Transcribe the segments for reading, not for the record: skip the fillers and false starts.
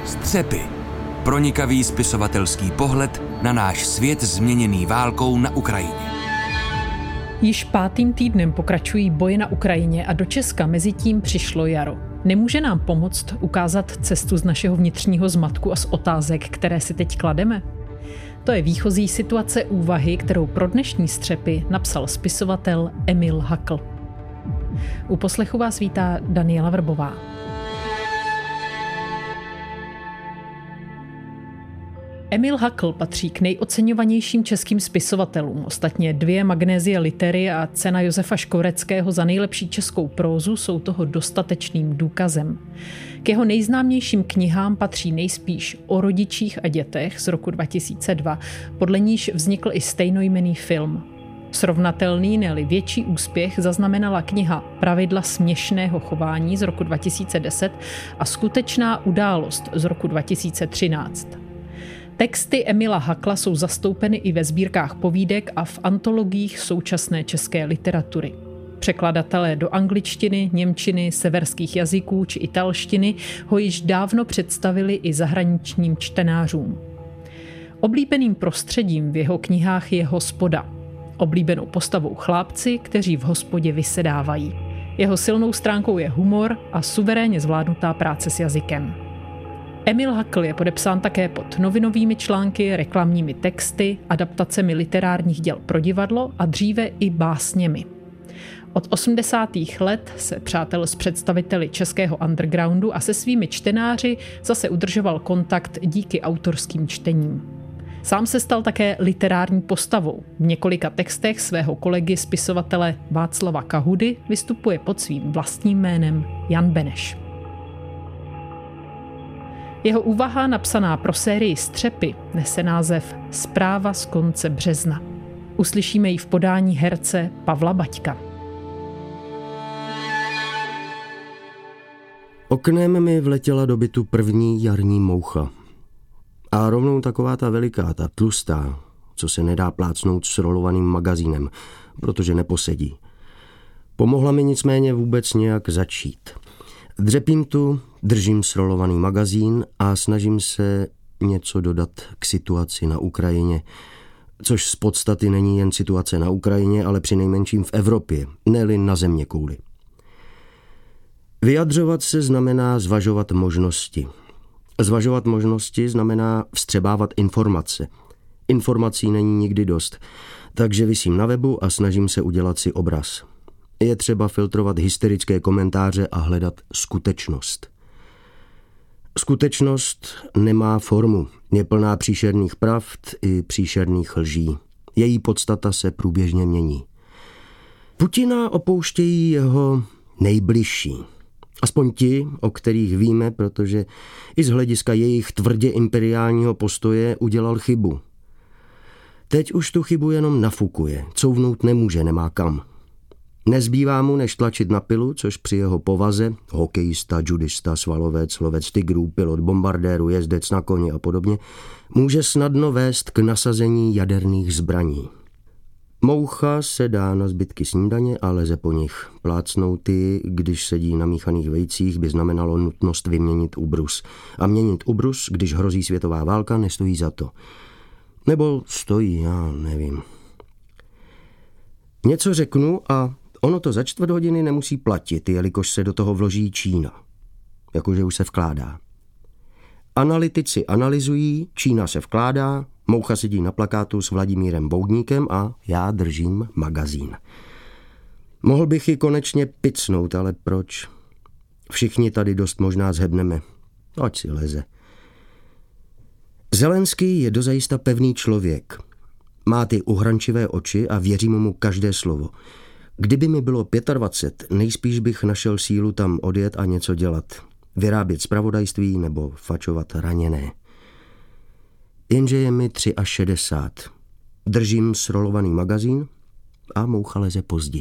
Střepy. Pronikavý spisovatelský pohled na náš svět změněný válkou na Ukrajině. Již 5. týdnem pokračují boje na Ukrajině a do Česka mezitím přišlo jaro. Nemůže nám pomoct ukázat cestu z našeho vnitřního zmatku a z otázek, které si teď klademe? To je výchozí situace úvahy, kterou pro dnešní Střepy napsal spisovatel Emil Hakl. U poslechu vás vítá Daniela Vrbová. Emil Hakl patří k nejoceňovanějším českým spisovatelům. Ostatně 2 Magnézie Litery a cena Josefa Škvoreckého za nejlepší českou prózu jsou toho dostatečným důkazem. K jeho nejznámějším knihám patří nejspíš O rodičích a dětech z roku 2002, podle níž vznikl i stejnojmenný film. Srovnatelný, ne-li větší úspěch zaznamenala kniha Pravidla směšného chování z roku 2010 a Skutečná událost z roku 2013. Texty Emila Hakla jsou zastoupeny i ve sbírkách povídek a v antologiích současné české literatury. Překladatelé do angličtiny, němčiny, severských jazyků či italštiny ho již dávno představili i zahraničním čtenářům. Oblíbeným prostředím v jeho knihách je hospoda. Oblíbenou postavou chlápci, kteří v hospodě vysedávají. Jeho silnou stránkou je humor a suverénně zvládnutá práce s jazykem. Emil Hakl je podepsán také pod novinovými články, reklamními texty, adaptacemi literárních děl pro divadlo a dříve i básněmi. Od 80. let se přátel s představiteli českého undergroundu a se svými čtenáři zase udržoval kontakt díky autorským čtením. Sám se stal také literární postavou. V několika textech svého kolegy spisovatele Václava Kahudy vystupuje pod svým vlastním jménem Jan Beneš. Jeho úvaha, napsaná pro sérii Střepy, nese název Zpráva z konce března. Uslyšíme ji v podání herce Pavla Baťka. Oknem mi vletěla do bytu první jarní moucha. A rovnou taková ta veliká, ta tlustá, co se nedá plácnout s rolovaným magazínem, protože neposedí. Pomohla mi nicméně vůbec nějak začít. Dřepím tu, držím srolovaný magazín a snažím se něco dodat k situaci na Ukrajině, což z podstaty není jen situace na Ukrajině, ale přinejmenším v Evropě, ne-li na zeměkouli. Vyjadřovat se znamená zvažovat možnosti. Zvažovat možnosti znamená vstřebávat informace. Informací není nikdy dost, takže visím na webu a snažím se udělat si obraz. Je třeba filtrovat hysterické komentáře a hledat skutečnost. Skutečnost nemá formu, je plná příšerných pravd i příšerných lží. Její podstata se průběžně mění. Putina opouštějí jeho nejbližší. Aspoň ti, o kterých víme, protože i z hlediska jejich tvrdě imperiálního postoje udělal chybu. Teď už tu chybu jenom nafukuje, couvnout nemůže, nemá kam. Nezbývá mu, než tlačit na pilu, což při jeho povaze, hokejista, judista, svalovec, lovec tigrů, pilot bombardéru, jezdec na koni a podobně, může snadno vést k nasazení jaderných zbraní. Moucha se dá na zbytky snídaně a leze po nich. Plácnout ji, když sedí na míchaných vejcích, by znamenalo nutnost vyměnit ubrus. A měnit ubrus, když hrozí světová válka, nestojí za to. Nebo stojí, já nevím. Něco řeknu a ono to za 4 hodiny nemusí platit, jelikož se do toho vloží Čína. Jakože už se vkládá. Analytici analyzují, Čína se vkládá, moucha sedí na plakátu s Vladimírem Boudníkem a já držím magazín. Mohl bych ji konečně picnout, ale proč? Všichni tady dost možná zhebneme. Ať si leze. Zelenský je dozajista pevný člověk. Má ty uhrančivé oči a věřím mu každé slovo. Kdyby mi bylo 25, nejspíš bych našel sílu tam odjet a něco dělat. Vyrábět zpravodajství nebo fačovat raněné. Jenže je mi 63. Držím srolovaný magazín a moucha leze pozdi.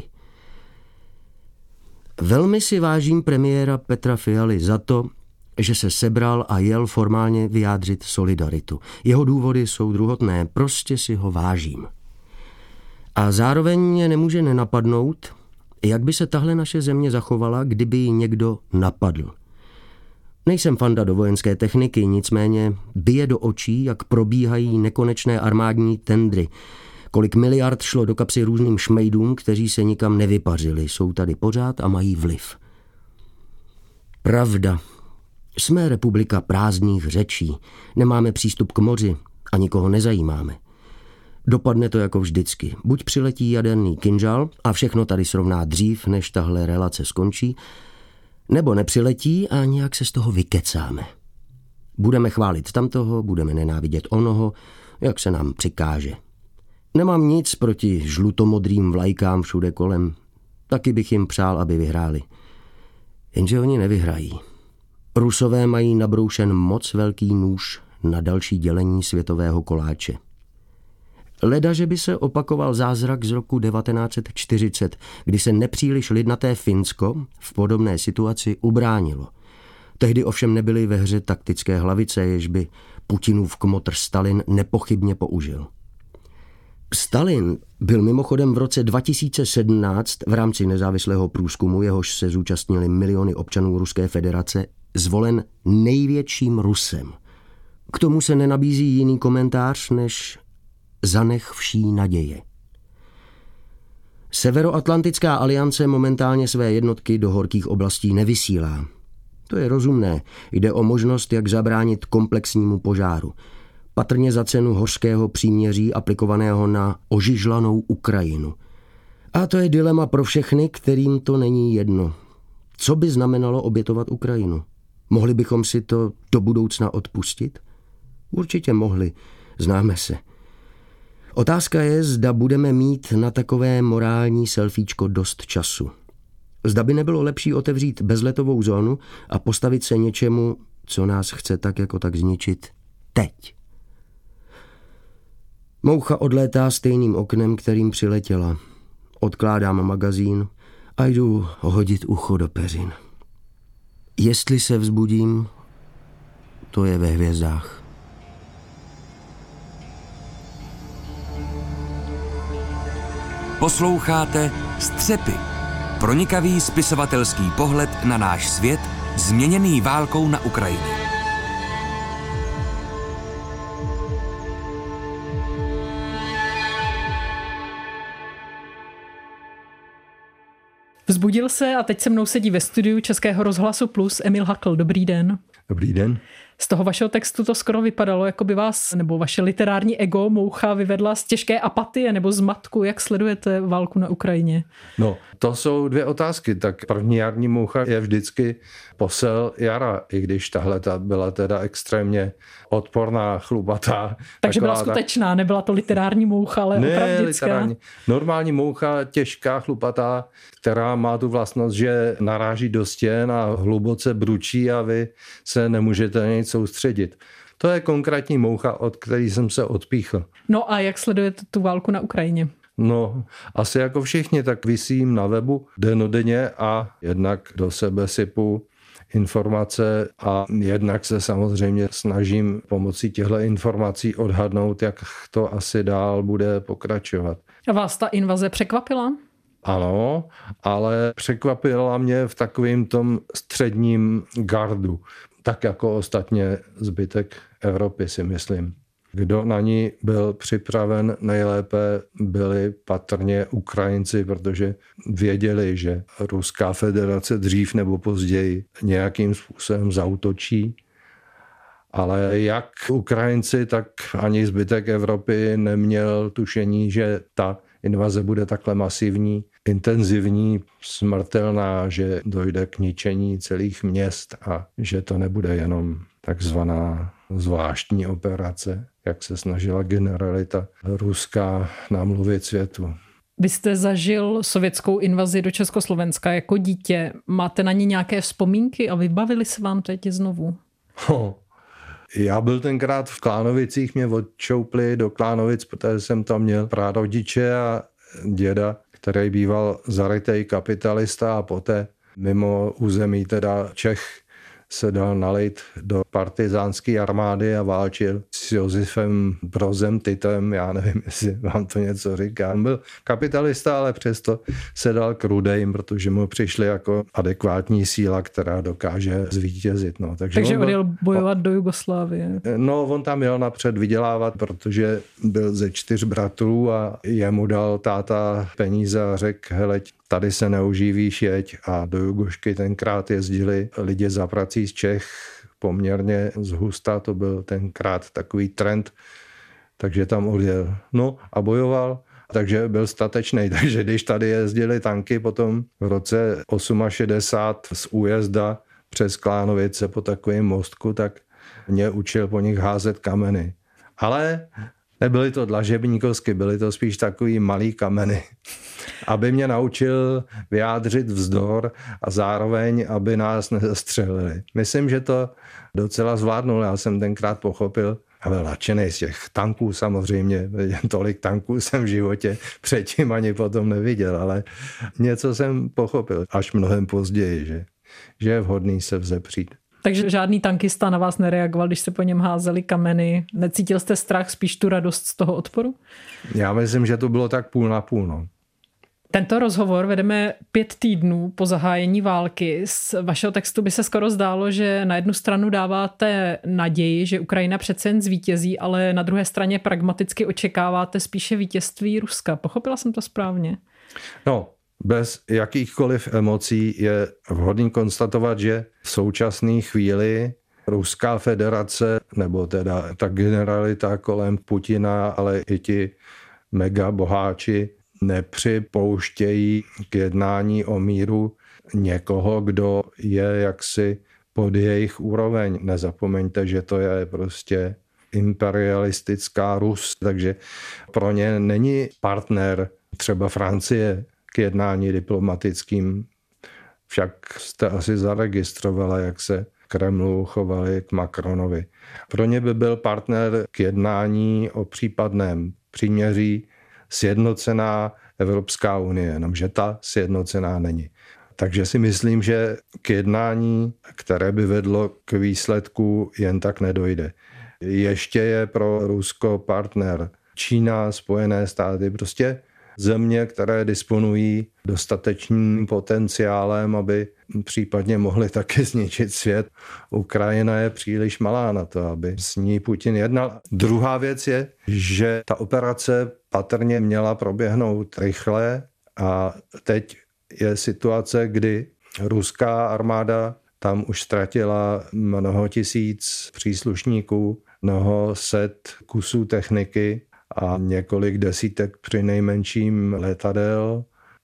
Velmi si vážím premiéra Petra Fialy za to, že se sebral a jel formálně vyjádřit solidaritu. Jeho důvody jsou druhotné, prostě si ho vážím. A zároveň mě nemůže nenapadnout, jak by se tahle naše země zachovala, kdyby ji někdo napadl. Nejsem fanda do vojenské techniky, nicméně bije do očí, jak probíhají nekonečné armádní tendry. Kolik miliard šlo do kapsy různým šmejdům, kteří se nikam nevypařili, jsou tady pořád a mají vliv. Pravda. Jsme republika prázdných řečí, nemáme přístup k moři a nikoho nezajímáme. Dopadne to jako vždycky. Buď přiletí jaderný kynžal a všechno tady srovná dřív, než tahle relace skončí, nebo nepřiletí a nějak se z toho vykecáme. Budeme chválit tamtoho, budeme nenávidět onoho, jak se nám přikáže. Nemám nic proti žlutomodrým vlajkám všude kolem. Taky bych jim přál, aby vyhráli. Jenže oni nevyhrají. Rusové mají nabroušen moc velký nůž na další dělení světového koláče. Leda, že by se opakoval zázrak z roku 1940, kdy se nepříliš lidnaté Finsko v podobné situaci ubránilo. Tehdy ovšem nebyly ve hře taktické hlavice, jež by Putinův kmotr Stalin nepochybně použil. Stalin byl mimochodem v roce 2017 v rámci nezávislého průzkumu, jehož se zúčastnili miliony občanů Ruské federace, zvolen největším Rusem. K tomu se nenabízí jiný komentář než zanech vší naděje. Severoatlantická aliance momentálně své jednotky do horkých oblastí nevysílá. To je rozumné, jde o možnost, jak zabránit komplexnímu požáru. Patrně za cenu hořkého příměří aplikovaného na ožižlanou Ukrajinu. A to je dilema pro všechny, kterým to není jedno. Co by znamenalo obětovat Ukrajinu? Mohli bychom si to do budoucna odpustit? Určitě mohli, známe se. Otázka je, zda budeme mít na takové morální selfiečko dost času. Zda by nebylo lepší otevřít bezletovou zónu a postavit se něčemu, co nás chce tak jako tak zničit teď. Moucha odlétá stejným oknem, kterým přiletěla. Odkládám magazín a jdu hodit ucho do peřin. Jestli se vzbudím, to je ve hvězdách. Posloucháte Střepy. Pronikavý spisovatelský pohled na náš svět, změněný válkou na Ukrajině. Vzbudil se a teď se mnou sedí ve studiu Českého rozhlasu Plus Emil Hakl. Dobrý den. Dobrý den. Z toho vašeho textu to skoro vypadalo, jako by vás nebo vaše literární ego Moucha vyvedla z těžké apatie nebo zmatku. Jak sledujete válku na Ukrajině? No, to jsou dvě otázky. Tak první jarní moucha je vždycky posel jara, i když tahle byla teda extrémně odporná, chlubatá. Takže byla skutečná, nebyla to literární moucha, ale opravdická. Literární. Normální moucha, těžká, chlupatá, která má tu vlastnost, že naráží do stěn a hluboce bručí a vy se nemůžete na nic soustředit. To je konkrétní moucha, od který jsem se odpíchl. No a jak sledujete tu válku na Ukrajině? No, asi jako všichni, tak visím na webu dennodenně a jednak do sebe sypu informace a jednak se samozřejmě snažím pomocí těchto informací odhadnout, jak to asi dál bude pokračovat. A vás ta invaze překvapila? Ano, ale překvapila mě v takovém tom středním gardu, tak jako ostatně zbytek Evropy, si myslím. Kdo na ní byl připraven nejlépe, byli patrně Ukrajinci, protože věděli, že Ruská federace dřív nebo později nějakým způsobem zaútočí. Ale jak Ukrajinci, tak ani zbytek Evropy neměl tušení, že ta invaze bude takhle masivní, intenzivní, smrtelná, že dojde k ničení celých měst a že to nebude jenom takzvaná zvláštní operace, jak se snažila generalita ruská namluvit světu. Vy jste zažil sovětskou invazi do Československa jako dítě. Máte na ní nějaké vzpomínky a vybavili se vám teď znovu? Já byl tenkrát v Klánovicích, mě odčoupli do Klánovic, protože jsem tam měl prarodiče a děda, který býval zarytej kapitalista a poté mimo území teda Čech se dal nalejt do partyzánské armády a válčil s Josefem Brozem Titem, já nevím, jestli vám to něco říká. On byl kapitalista, ale přesto se dal k Rudým, protože mu přišli jako adekvátní síla, která dokáže zvítězit. No. Takže odjel bojovat do Jugoslávie. No, on tam jel napřed vydělávat, protože byl ze 4 bratrů a jemu dal táta peníze a řekl, hele, tady se neuživíš, jeď. A do Jugošky tenkrát jezdili lidi za prací z Čech poměrně zhusta, to byl tenkrát takový trend, takže tam odjel. No a bojoval, takže byl statečný. Takže když tady jezdili tanky potom v roce 68 z Újezda přes Klánovice po takovém mostku, tak mě učil po nich házet kameny. Ale nebyly to dlažebníkovsky, byly to spíš takový malý kameny, aby mě naučil vyjádřit vzdor a zároveň, aby nás nezastřelili. Myslím, že to docela zvládnul. Já jsem tenkrát pochopil a byl nadšenej z těch tanků samozřejmě. Tolik tanků jsem v životě předtím ani potom neviděl, ale něco jsem pochopil až mnohem později, že je vhodný se vzepřít. Takže žádný tankista na vás nereagoval, když se po něm házeli kameny. Necítil jste strach, spíš tu radost z toho odporu? Já myslím, že to bylo tak půl na půl. No. Tento rozhovor vedeme 5 týdnů po zahájení války. Z vašeho textu by se skoro zdálo, že na jednu stranu dáváte naději, že Ukrajina přece jen zvítězí, ale na druhé straně pragmaticky očekáváte spíše vítězství Ruska. Pochopila jsem to správně? No, bez jakýchkoliv emocí je vhodný konstatovat, že v současné chvíli Ruská federace, nebo teda ta generalita kolem Putina, ale i ti mega boháči nepřipouštějí k jednání o míru někoho, kdo je jaksi pod jejich úroveň. Nezapomeňte, že to je prostě imperialistická Rus, takže pro ně není partner třeba Francie k jednání diplomatickým. Však jste asi zaregistrovala, jak se Kremlu chovali k Macronovi. Pro ně by byl partner k jednání o případném příměří sjednocená Evropská unie, jenomže ta sjednocená není. Takže si myslím, že k jednání, které by vedlo k výsledku, jen tak nedojde. Ještě je pro Rusko partner Čína, Spojené státy, prostě země, které disponují dostatečným potenciálem, aby případně mohli taky zničit svět. Ukrajina je příliš malá na to, aby s ní Putin jednal. Druhá věc je, že ta operace patrně měla proběhnout rychle a teď je situace, kdy ruská armáda tam už ztratila mnoho tisíc příslušníků, mnoho set kusů techniky a několik desítek přinejmenším letadel.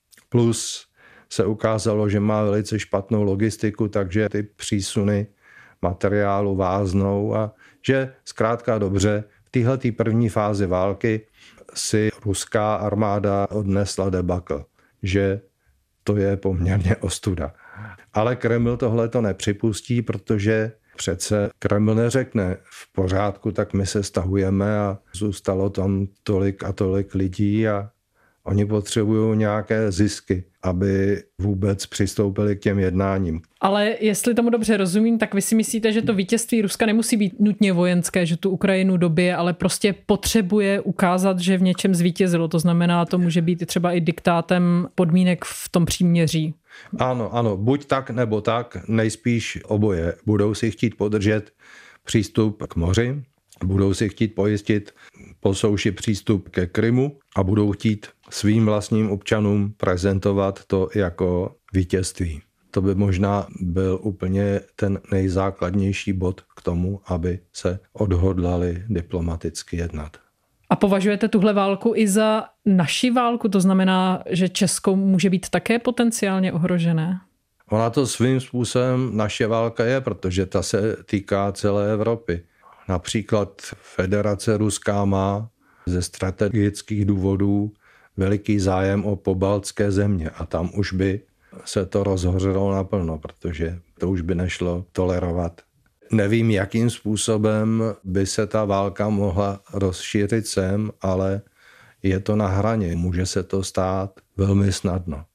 Plus se ukázalo, že má velice špatnou logistiku, takže ty přísuny materiálu váznou a že zkrátka dobře v téhletý první fázi války si ruská armáda odnesla debakl, že to je poměrně ostuda. Ale Kreml tohle to nepřipustí, protože přece Kreml neřekne v pořádku, tak my se stahujeme a zůstalo tam tolik a tolik lidí a oni potřebují nějaké zisky, aby vůbec přistoupili k těm jednáním. Ale jestli tomu dobře rozumím, tak vy si myslíte, že to vítězství Ruska nemusí být nutně vojenské, že tu Ukrajinu dobije, ale prostě potřebuje ukázat, že v něčem zvítězilo. To znamená, to může být třeba i diktátem podmínek v tom příměří. Ano, buď tak nebo tak, nejspíš oboje. Budou si chtít podržet přístup k moři, budou si chtít pojistit po souši přístup ke Krymu a budou chtít svým vlastním občanům prezentovat to jako vítězství. To by možná byl úplně ten nejzákladnější bod k tomu, aby se odhodlali diplomaticky jednat. A považujete tuhle válku i za naši válku? To znamená, že Česko může být také potenciálně ohrožené? Ona to svým způsobem naše válka je, protože ta se týká celé Evropy. Například Federace Ruská má ze strategických důvodů veliký zájem o pobaltské země a tam už by se to rozhořelo naplno, protože to už by nešlo tolerovat. Nevím, jakým způsobem by se ta válka mohla rozšířit sem, ale je to na hraně. Může se to stát velmi snadno.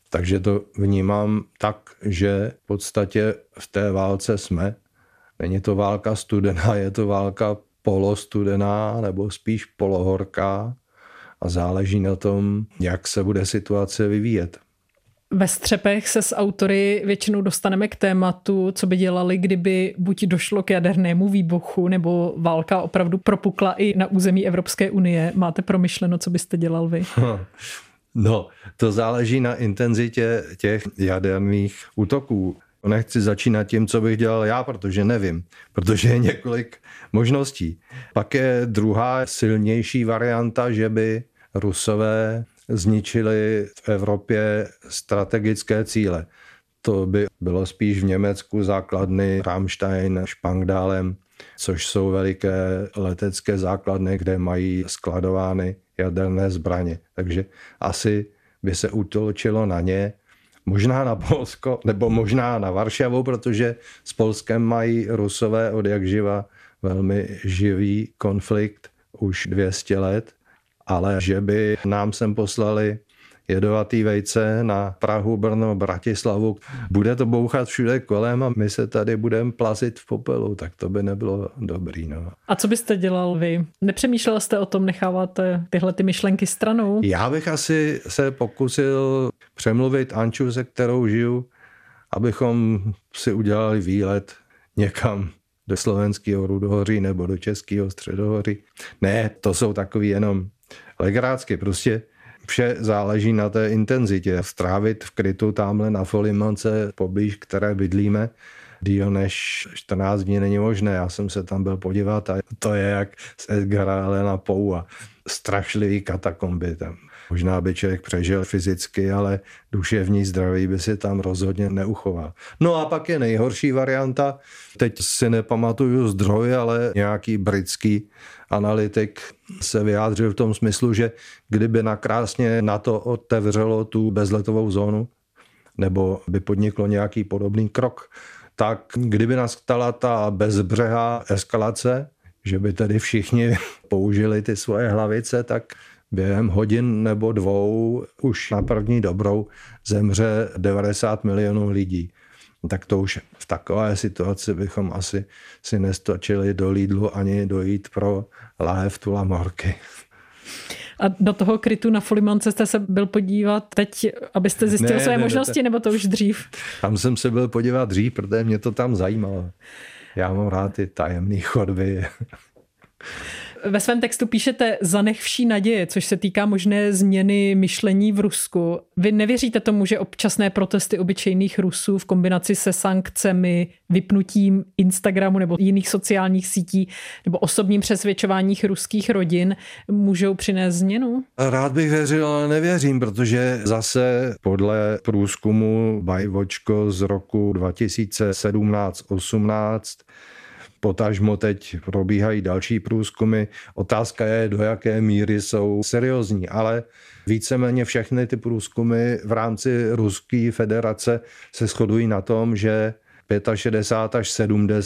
Takže to vnímám tak, že v podstatě v té válce jsme. Není to válka studená, je to válka polostudená nebo spíš polohorká a záleží na tom, jak se bude situace vyvíjet. Ve Střepech se s autory většinou dostaneme k tématu, co by dělali, kdyby buď došlo k jadernému výbuchu, nebo válka opravdu propukla i na území Evropské unie. Máte promyšleno, co byste dělal vy? No, to záleží na intenzitě těch jaderných útoků. Nechci začínat tím, co bych dělal já, protože nevím, protože je několik možností. Pak je druhá silnější varianta, že by Rusové zničili v Evropě strategické cíle. To by bylo spíš v Německu základny Ramstein, Spangdalem, což jsou veliké letecké základny, kde mají skladovány jaderné zbraně. Takže asi by se útočilo na ně, možná na Polsko, nebo možná na Varšavu, protože s Polskem mají Rusové od jak živa velmi živý konflikt už 200 let, ale že by nám sem poslali jedovatý vejce na Prahu, Brno, Bratislavu, bude to bouchat všude kolem a my se tady budeme plazit v popelu, tak to by nebylo dobrý. No. A co byste dělal vy? Nepřemýšlel jste o tom, necháváte tyhle ty myšlenky stranou? Já bych asi se pokusil přemluvit Anču, se kterou žiju, abychom si udělali výlet někam do slovenského Rudohoří nebo do českého Středohoří. Ne, to jsou takový jenom legrácky, prostě vše záleží na té intenzitě. Strávit v krytu tamhle na Folimance poblíž, které bydlíme, díl než 14 dní není možné. Já jsem se tam byl podívat a to je jak z Edgara Allana Poe. Strašlivý katakomby tam. Možná by člověk přežil fyzicky, ale duševní zdraví by si tam rozhodně neuchoval. No a pak je nejhorší varianta, teď si nepamatuju zdroj, ale nějaký britský analytik se vyjádřil v tom smyslu, že kdyby nakrásně NATO otevřelo tu bezletovou zónu, nebo by podniklo nějaký podobný krok, tak kdyby nastala ta bezbřehá eskalace, že by tedy všichni použili ty svoje hlavice, tak během hodin nebo 2 už na první dobrou zemře 90 milionů lidí. Tak to už v takové situaci bychom asi si nestačili do Lidlu ani dojít pro lahev tulamorky. A do toho krytu na Folimance jste se byl podívat teď, abyste zjistil své možnosti, nebo to už dřív? Tam jsem se byl podívat dřív, protože mě to tam zajímalo. Já mám rád ty tajemné chodby. Ve svém textu píšete zanech vší naděje, což se týká možné změny myšlení v Rusku. Vy nevěříte tomu, že občasné protesty obyčejných Rusů v kombinaci se sankcemi, vypnutím Instagramu nebo jiných sociálních sítí nebo osobním přesvědčováním ruských rodin můžou přinést změnu? Rád bych věřil, ale nevěřím, protože zase podle průzkumu Bajvočko z roku 2017-18 potažmo teď probíhají další průzkumy. Otázka je, do jaké míry jsou seriózní, ale víceméně všechny ty průzkumy v rámci Ruské federace se shodují na tom, že 65 až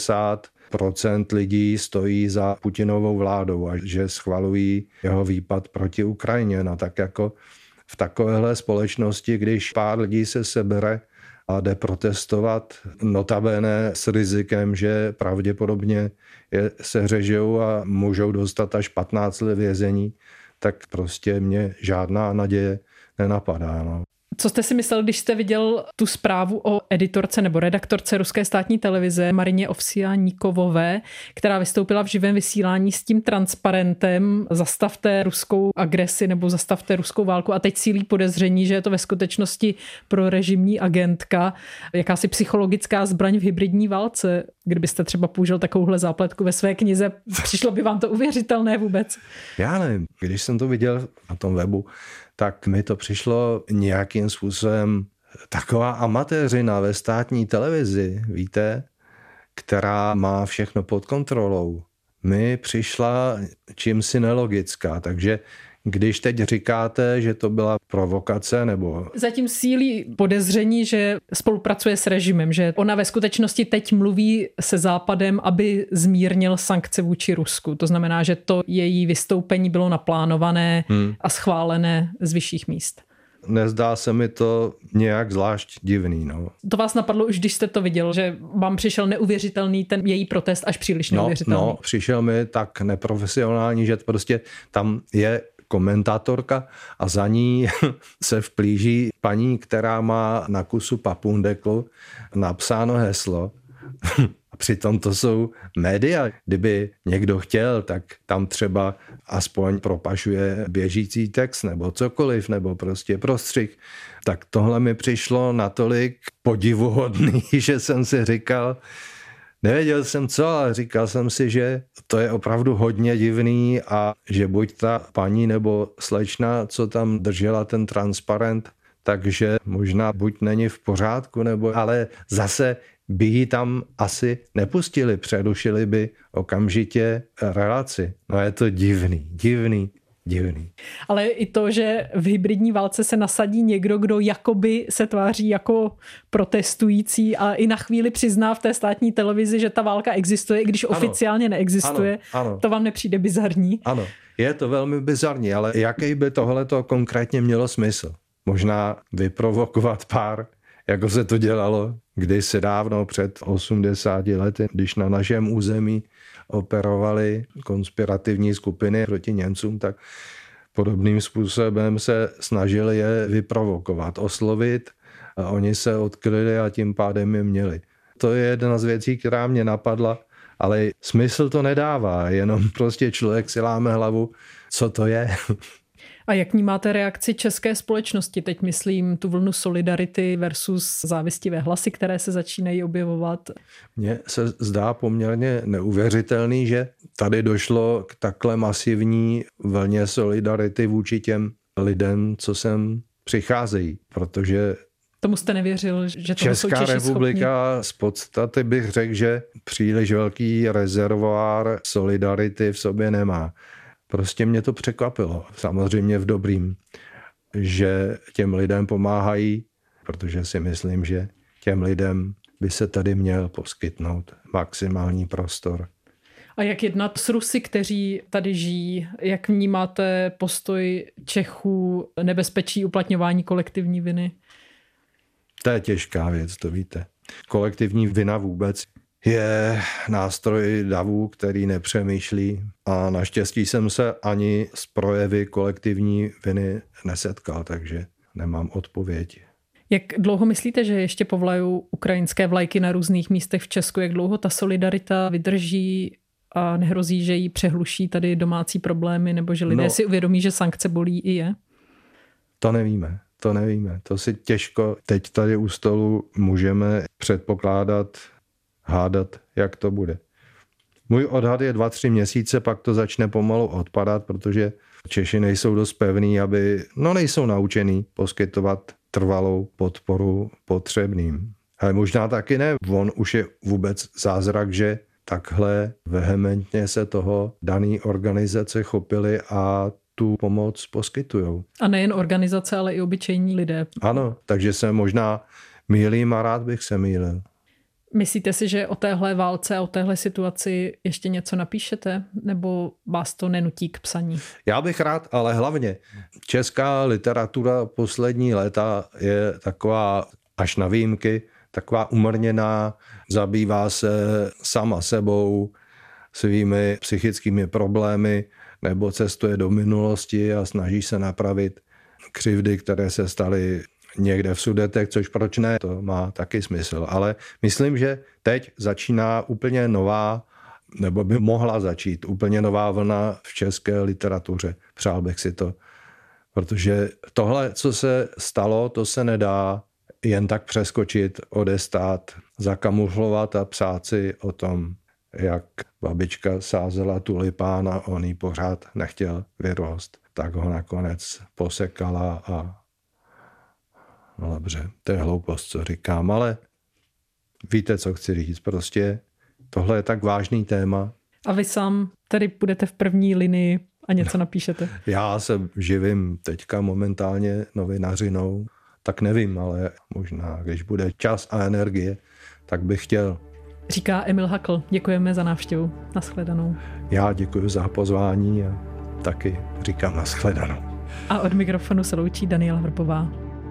70% lidí stojí za Putinovou vládou a že schvalují jeho výpad proti Ukrajině. No tak jako v takovéhle společnosti, když pár lidí se sebere a jde protestovat, notabene s rizikem, že pravděpodobně je seřežou a můžou dostat až 15 let vězení, tak prostě mě žádná naděje nenapadá. No. Co jste si myslel, když jste viděl tu zprávu o editorce nebo redaktorce ruské státní televize Marině Ovsjaníkovové, která vystoupila v živém vysílání s tím transparentem zastavte ruskou agresi nebo zastavte ruskou válku a teď sílí podezření, že je to ve skutečnosti prorežimní agentka, jakási psychologická zbraň v hybridní válce. Kdybyste třeba použil takovouhle zápletku ve své knize, přišlo by vám to uvěřitelné vůbec? Já nevím, když jsem to viděl na tom webu, tak mi to přišlo nějakým způsobem taková amatéřina ve státní televizi, víte, která má všechno pod kontrolou. Mi přišla čímsi nelogická, takže když teď říkáte, že to byla provokace nebo... Zatím sílí podezření, že spolupracuje s režimem, že ona ve skutečnosti teď mluví se Západem, aby zmírnil sankce vůči Rusku. To znamená, že to její vystoupení bylo naplánované a schválené z vyšších míst. nezdá se mi to nějak zvlášť divný. No. To vás napadlo už, když jste to viděl, že vám přišel neuvěřitelný ten její protest, až příliš neuvěřitelný? No, přišel mi tak neprofesionální, že prostě tam je komentátorka a za ní se vplíží paní, která má na kusu papundeklu napsáno heslo. A přitom to jsou média. Kdyby někdo chtěl, tak tam třeba aspoň propašuje běžící text nebo cokoliv, nebo prostě prostřih. Tak tohle mi přišlo natolik podivuhodný, že jsem si říkal, nevěděl jsem co, ale říkal jsem si, že to je opravdu hodně divný a že buď ta paní nebo slečna, co tam držela ten transparent, takže možná buď není v pořádku, nebo ale zase by ji tam asi nepustili, přerušili by okamžitě relaci. No je to divný. Ale i to, že v hybridní válce se nasadí někdo, kdo jakoby se tváří jako protestující a i na chvíli přizná v té státní televizi, že ta válka existuje, i když oficiálně neexistuje, ano. To vám nepřijde bizarní? Ano, je to velmi bizarní, ale jaký by tohleto konkrétně mělo smysl? Možná vyprovokovat pár, jako se to dělalo kdysi dávno před 80 lety, když na našem území operovaly konspirativní skupiny proti Němcům, tak podobným způsobem se snažili je vyprovokovat, oslovit a oni se odkryli a tím pádem je měli. To je jedna z věcí, která mě napadla, ale smysl to nedává, jenom prostě člověk si láme hlavu, co to je. A jak vnímáte reakci české společnosti? Teď myslím tu vlnu solidarity versus závistivé hlasy, které se začínají objevovat. Mně se zdá poměrně neuvěřitelný, že tady došlo k takhle masivní vlně solidarity vůči těm lidem, co sem přicházejí, protože tomu jste nevěřil, že to jsou Česká Češi republika schopni? Z podstaty bych řekl, že příliš velký rezervoár solidarity v sobě nemá. Prostě mě to překvapilo, samozřejmě v dobrým, že těm lidem pomáhají, protože si myslím, že těm lidem by se tady měl poskytnout maximální prostor. A jak jednat s Rusy, kteří tady žijí? Jak vnímáte postoj Čechů, nebezpečí uplatňování kolektivní viny? To je těžká věc, to víte. Kolektivní vina vůbec je nástroj davů, který nepřemýšlí a naštěstí jsem se ani s projevy kolektivní viny nesetkal, takže nemám odpověď. Jak dlouho myslíte, že ještě povlajou ukrajinské vlajky na různých místech v Česku? Jak dlouho ta solidarita vydrží a nehrozí, že jí přehluší tady domácí problémy, nebo že lidé si uvědomí, že sankce bolí i je? To nevíme. To si těžko teď tady u stolu můžeme předpokládat, hádat, jak to bude. Můj odhad je 2-3 měsíce, pak to začne pomalu odpadat, protože Češi nejsou dost pevní, nejsou naučený poskytovat trvalou podporu potřebným. Ale možná taky ne. On už je vůbec zázrak, že takhle vehementně se toho daný organizace chopily a tu pomoc poskytujou. A nejen organizace, ale i obyčejní lidé. Ano, takže se možná mýlím a rád bych se mýlil. Myslíte si, že o téhle válce a o téhle situaci ještě něco napíšete? Nebo vás to nenutí k psaní? Já bych rád, ale hlavně česká literatura poslední léta je taková až na výjimky, taková umrněná, zabývá se sama sebou, svými psychickými problémy, nebo cestuje do minulosti a snaží se napravit křivdy, které se staly někde v Sudetech, což proč ne, to má taky smysl. Ale myslím, že teď začíná úplně nová, nebo by mohla začít úplně nová vlna v české literatuře. Přál bych si to. Protože tohle, co se stalo, to se nedá jen tak přeskočit, odestát, zakamuflovat a psát si o tom, jak babička sázela tulipán a on jí pořád nechtěl vyrost. Tak ho nakonec posekala a no dobře, to je hloupost, co říkám, ale víte, co chci říct. Prostě tohle je tak vážný téma. A vy sám tady budete v první linii a něco napíšete? Já se živím teďka momentálně novinařinou, tak nevím, ale možná, když bude čas a energie, tak bych chtěl. Říká Emil Hakl. Děkujeme za návštěvu. Nashledanou. Já děkuji za pozvání a taky říkám nashledanou. A od mikrofonu se loučí Daniela Vrpová.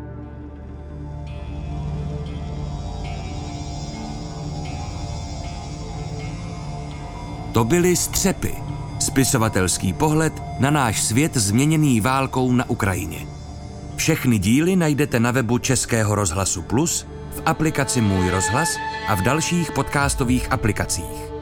To byly Střepy. Spisovatelský pohled na náš svět změněný válkou na Ukrajině. Všechny díly najdete na webu Českého rozhlasu Plus, v aplikaci Můj rozhlas a v dalších podcastových aplikacích.